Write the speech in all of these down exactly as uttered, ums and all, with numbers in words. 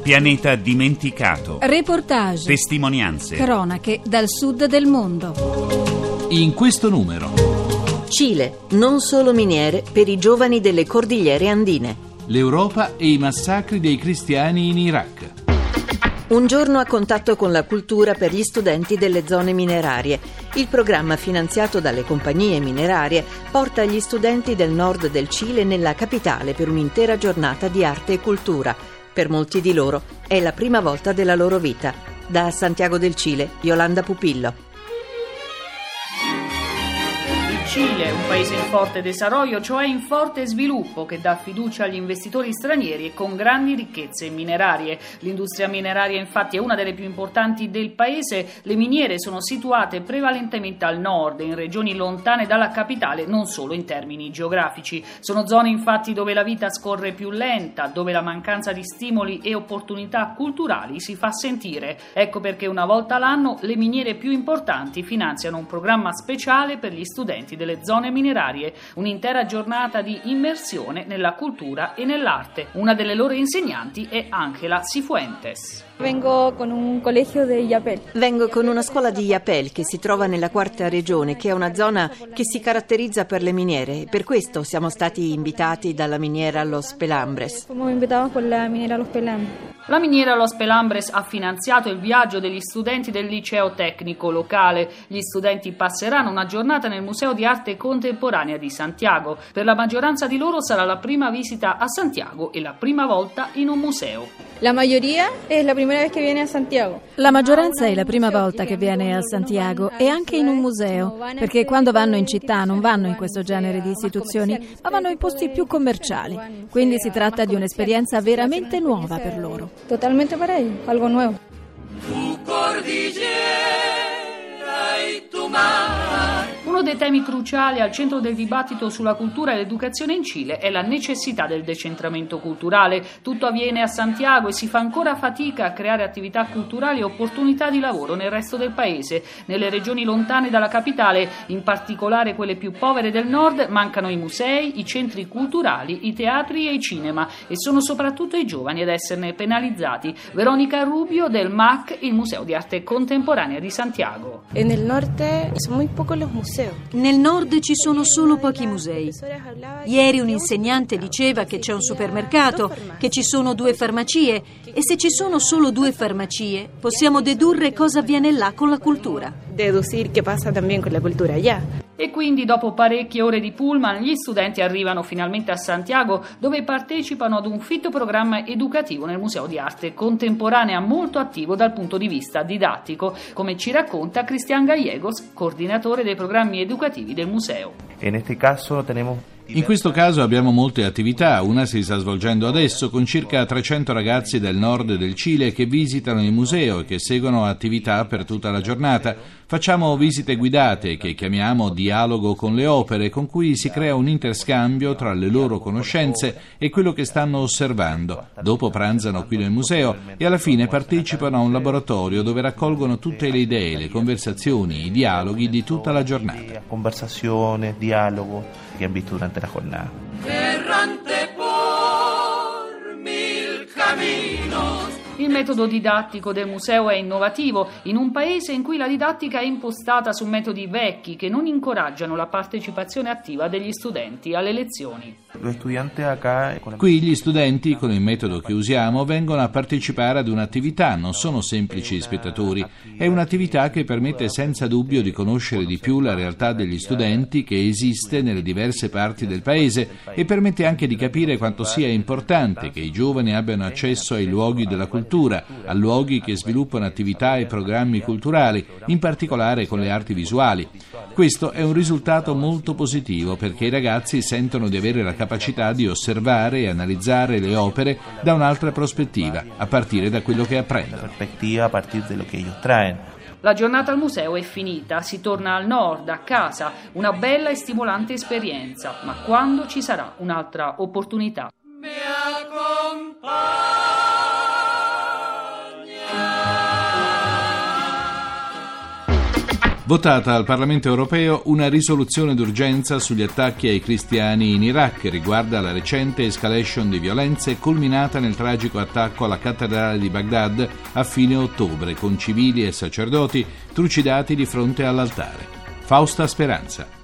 Pianeta dimenticato. Reportage. Testimonianze. Cronache dal sud del mondo. In questo numero: Cile, non solo miniere per i giovani delle cordigliere andine. l'Europa e i massacri dei cristiani in Iraq. Un giorno a contatto con la cultura per gli studenti delle zone minerarie. Il programma finanziato dalle compagnie minerarie porta gli studenti del nord del Cile nella capitale per un'intera giornata di arte e cultura. Per molti di loro è la prima volta della loro vita. Da Santiago del Cile, Yolanda Pupillo. Cile, un paese in forte desarrollo, cioè in forte sviluppo, che dà fiducia agli investitori stranieri e con grandi ricchezze minerarie. L'industria mineraria infatti è una delle più importanti del paese. Le miniere sono situate prevalentemente al nord, in regioni lontane dalla capitale, non solo in termini geografici. Sono zone infatti dove la vita scorre più lenta, dove la mancanza di stimoli e opportunità culturali si fa sentire. Ecco perché una volta l'anno le miniere più importanti finanziano un programma speciale per gli studenti delle zone minerarie, un'intera giornata di immersione nella cultura e nell'arte. Una delle loro insegnanti è Ángela Cifuentes. Vengo con un collegio di Illapel. Vengo con una scuola di Illapel che si trova nella quarta regione, che è una zona che si caratterizza per le miniere. Per questo siamo stati invitati dalla miniera Los Pelambres. Fuimos invitados por la minera Los Pelambres. La miniera Los Pelambres ha finanziato il viaggio degli studenti del liceo tecnico locale. Gli studenti passeranno una giornata nel Museo di Arte Contemporanea di Santiago. Per la maggioranza di loro sarà la prima visita a Santiago e la prima volta in un museo. La mayoría es la primera vez que viene a Santiago. La maggioranza è la prima volta che viene a Santiago e anche in un museo, perché quando vanno in città non vanno in questo genere di istituzioni, ma vanno in posti più commerciali. Quindi si tratta di un'esperienza veramente nuova per loro. Totalmente para ellos, algo nuevo. Tu cordillera y tu mar. Uno dei temi cruciali al centro del dibattito sulla cultura e l'educazione in Cile è la necessità del decentramento culturale. Tutto avviene a Santiago e si fa ancora fatica a creare attività culturali e opportunità di lavoro nel resto del paese. Nelle regioni lontane dalla capitale, in particolare quelle più povere del nord, mancano i musei, i centri culturali, i teatri e i cinema, e sono soprattutto i giovani ad esserne penalizzati. Veronica Rubio del M A C, il Museo di Arte Contemporanea di Santiago. En el norte son muy pocos los museos. Nel nord ci sono solo pochi musei. Ieri un insegnante diceva che c'è un supermercato, che ci sono due farmacie, e se ci sono solo due farmacie possiamo dedurre cosa avviene là con la cultura. Deducir qué pasa también con la cultura allá. E quindi dopo parecchie ore di pullman gli studenti arrivano finalmente a Santiago, dove partecipano ad un fitto programma educativo nel Museo di Arte Contemporanea, molto attivo dal punto di vista didattico, come ci racconta Cristian Gallegos, coordinatore dei programmi educativi del museo. En este caso tenemos In questo caso abbiamo molte attività. Una si sta svolgendo adesso con circa trecento ragazzi del nord del Cile che visitano il museo e che seguono attività per tutta la giornata. Facciamo visite guidate che chiamiamo dialogo con le opere, con cui si crea un interscambio tra le loro conoscenze e quello che stanno osservando. Dopo pranzano qui nel museo e alla fine partecipano a un laboratorio dove raccolgono tutte le idee, le conversazioni, i dialoghi di tutta la giornata. Conversazione, dialogo che hanno visto durante la giornata. Errante por mil caminos. Il metodo didattico del museo è innovativo in un paese in cui la didattica è impostata su metodi vecchi che non incoraggiano la partecipazione attiva degli studenti alle lezioni. Qui gli studenti, con il metodo che usiamo, vengono a partecipare ad un'attività, non sono semplici spettatori. È un'attività che permette senza dubbio di conoscere di più la realtà degli studenti che esiste nelle diverse parti del paese e permette anche di capire quanto sia importante che i giovani abbiano accesso ai luoghi della cultura, a luoghi che sviluppano attività e programmi culturali, in particolare con le arti visuali. Questo è un risultato molto positivo perché i ragazzi sentono di avere la capacità di osservare e analizzare le opere da un'altra prospettiva, a partire da quello che apprendono. La giornata al museo è finita, si torna al nord, a casa, una bella e stimolante esperienza, ma quando ci sarà un'altra opportunità? Me accompagna. Votata al Parlamento europeo una risoluzione d'urgenza sugli attacchi ai cristiani in Iraq che riguarda la recente escalation di violenze culminata nel tragico attacco alla cattedrale di Baghdad a fine ottobre con civili e sacerdoti trucidati di fronte all'altare. Fausta Speranza.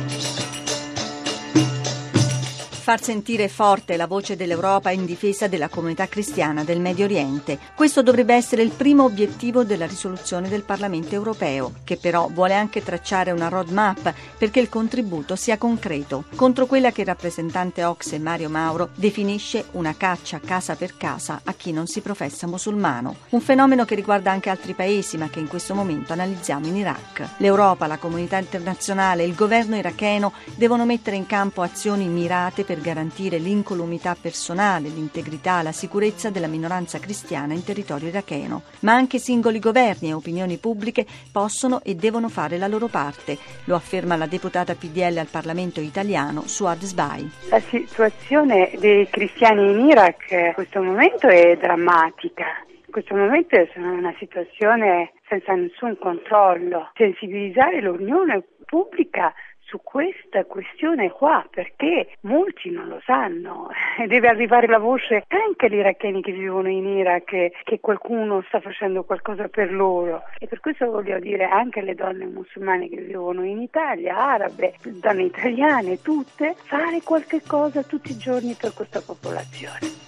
Far sentire forte la voce dell'Europa in difesa della comunità cristiana del Medio Oriente. Questo dovrebbe essere il primo obiettivo della risoluzione del Parlamento europeo, che però vuole anche tracciare una roadmap perché il contributo sia concreto, contro quella che il rappresentante Ocse Mario Mauro definisce una caccia casa per casa a chi non si professa musulmano. Un fenomeno che riguarda anche altri paesi, ma che in questo momento analizziamo in Iraq. L'Europa, la comunità internazionale e il governo iracheno devono mettere in campo azioni mirate per garantire l'incolumità personale, l'integrità, la sicurezza della minoranza cristiana in territorio iracheno. Ma anche singoli governi e opinioni pubbliche possono e devono fare la loro parte, lo afferma la deputata P D L al Parlamento italiano Suad Sbai. La situazione dei cristiani in Iraq in questo momento è drammatica. In questo momento è una situazione senza nessun controllo. Sensibilizzare l'opinione pubblica su questa questione qua, perché molti non lo sanno. Deve arrivare la voce anche agli iracheni che vivono in Iraq che, che qualcuno sta facendo qualcosa per loro, e per questo voglio dire anche alle donne musulmane che vivono in Italia, arabe, donne italiane, tutte, fare qualche cosa tutti i giorni per questa popolazione.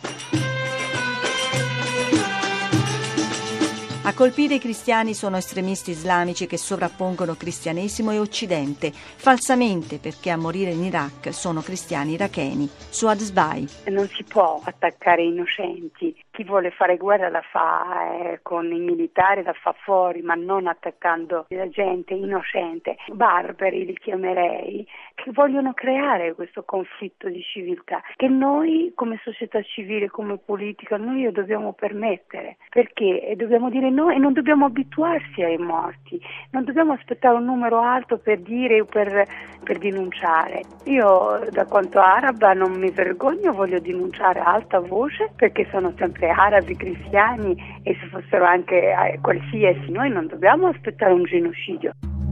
A colpire i cristiani sono estremisti islamici che sovrappongono cristianesimo e occidente, falsamente perché a morire in Iraq sono cristiani iracheni. Suad Sbai. Non si può attaccare innocenti. Chi vuole fare guerra la fa eh, con i militari, la fa fuori, ma non attaccando la gente innocente. Barbari li chiamerei, che vogliono creare questo conflitto di civiltà, che noi come società civile, come politica, noi lo dobbiamo permettere, perché dobbiamo dire no e non dobbiamo abituarsi ai morti, non dobbiamo aspettare un numero alto per dire o per, per denunciare. Io da quanto araba non mi vergogno, voglio denunciare a alta voce perché sono sempre arabi, cristiani, e se fossero anche eh, qualsiasi, noi non dobbiamo aspettare un genocidio.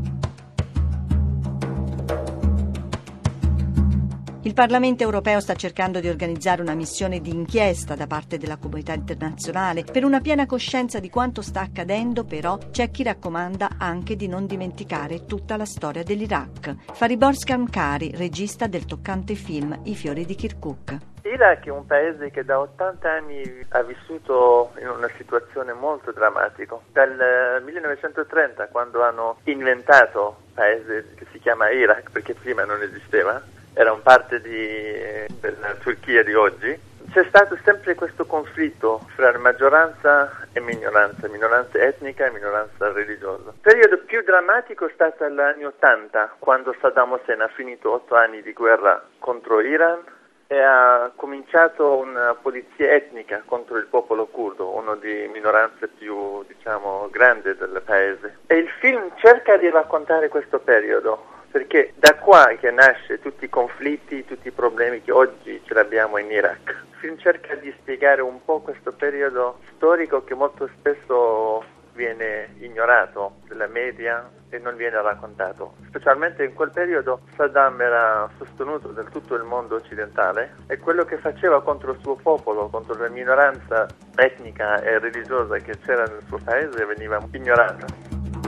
Il Parlamento europeo sta cercando di organizzare una missione di inchiesta da parte della comunità internazionale. Per una piena coscienza di quanto sta accadendo, però, c'è chi raccomanda anche di non dimenticare tutta la storia dell'Iraq. Fariborz Kamkari, regista del toccante film I fiori di Kirkuk. L'Iraq è un paese che da ottanta anni ha vissuto in una situazione molto drammatica. Dal millenovecentotrenta, quando hanno inventato il paese che si chiama Iraq, perché prima non esisteva, era un parte di, della Turchia di oggi, c'è stato sempre questo conflitto fra maggioranza e minoranza, minoranza etnica e minoranza religiosa. Il periodo più drammatico è stato negli anni ottanta, quando Saddam Hussein ha finito otto anni di guerra contro l'Iran e ha cominciato una polizia etnica contro il popolo curdo, uno delle minoranze più, diciamo, grandi del paese. E il film cerca di raccontare questo periodo, perché da qua che nasce tutti i conflitti, tutti i problemi che oggi ce l'abbiamo in Iraq. Il film cerca di spiegare un po' questo periodo storico che molto spesso viene ignorato dalla media e non viene raccontato. Specialmente in quel periodo Saddam era sostenuto da tutto il mondo occidentale e quello che faceva contro il suo popolo, contro la minoranza etnica e religiosa che c'era nel suo paese, veniva ignorata.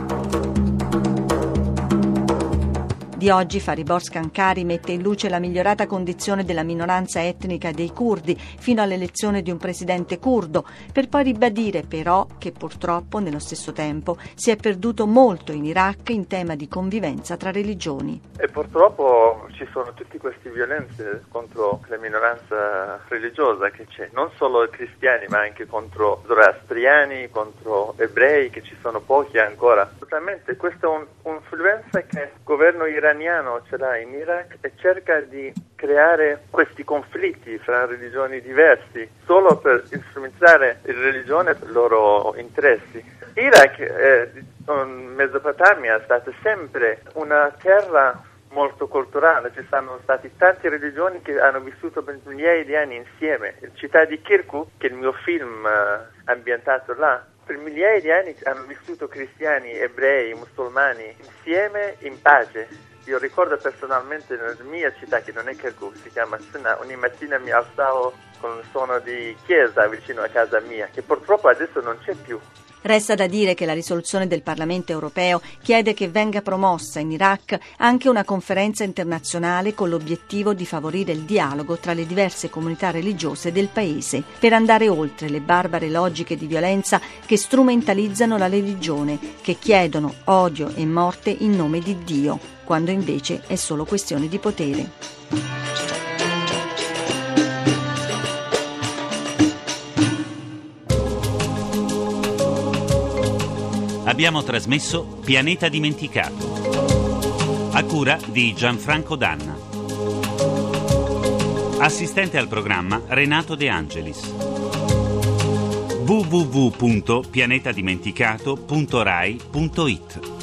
Di oggi Fariborz Kamkari mette in luce la migliorata condizione della minoranza etnica dei curdi fino all'elezione di un presidente curdo, per poi ribadire però che purtroppo nello stesso tempo si è perduto molto in Iraq in tema di convivenza tra religioni. E purtroppo ci sono tutte queste violenze contro la minoranza religiosa che c'è, non solo cristiani ma anche contro zoroastriani, contro ebrei, che ci sono pochi ancora. Totalmente questa è un'influenza che il governo iraniano ce l'ha in Iraq e cerca di creare questi conflitti fra religioni diversi solo per strumentalizzare la religione per i loro interessi. Iraq, eh, in Mesopotamia, è stata sempre una terra molto culturale, ci sono stati tante religioni che hanno vissuto per migliaia di anni insieme. La città di Kirkuk, che è il mio film eh, ambientato là, Per migliaia di anni hanno vissuto cristiani, ebrei, musulmani insieme in pace. Io ricordo personalmente nella mia città, che non è Kirkuk, si chiama Sina, ogni mattina mi alzavo con un suono di chiesa vicino a casa mia, che purtroppo adesso non c'è più. Resta da dire che la risoluzione del Parlamento europeo chiede che venga promossa in Iraq anche una conferenza internazionale con l'obiettivo di favorire il dialogo tra le diverse comunità religiose del paese, per andare oltre le barbare logiche di violenza che strumentalizzano la religione, che chiedono odio e morte in nome di Dio, quando invece è solo questione di potere. Abbiamo trasmesso Pianeta Dimenticato, a cura di Gianfranco Danna. Assistente al programma Renato De Angelis. w w w punto pianetadimenticato punto rai punto it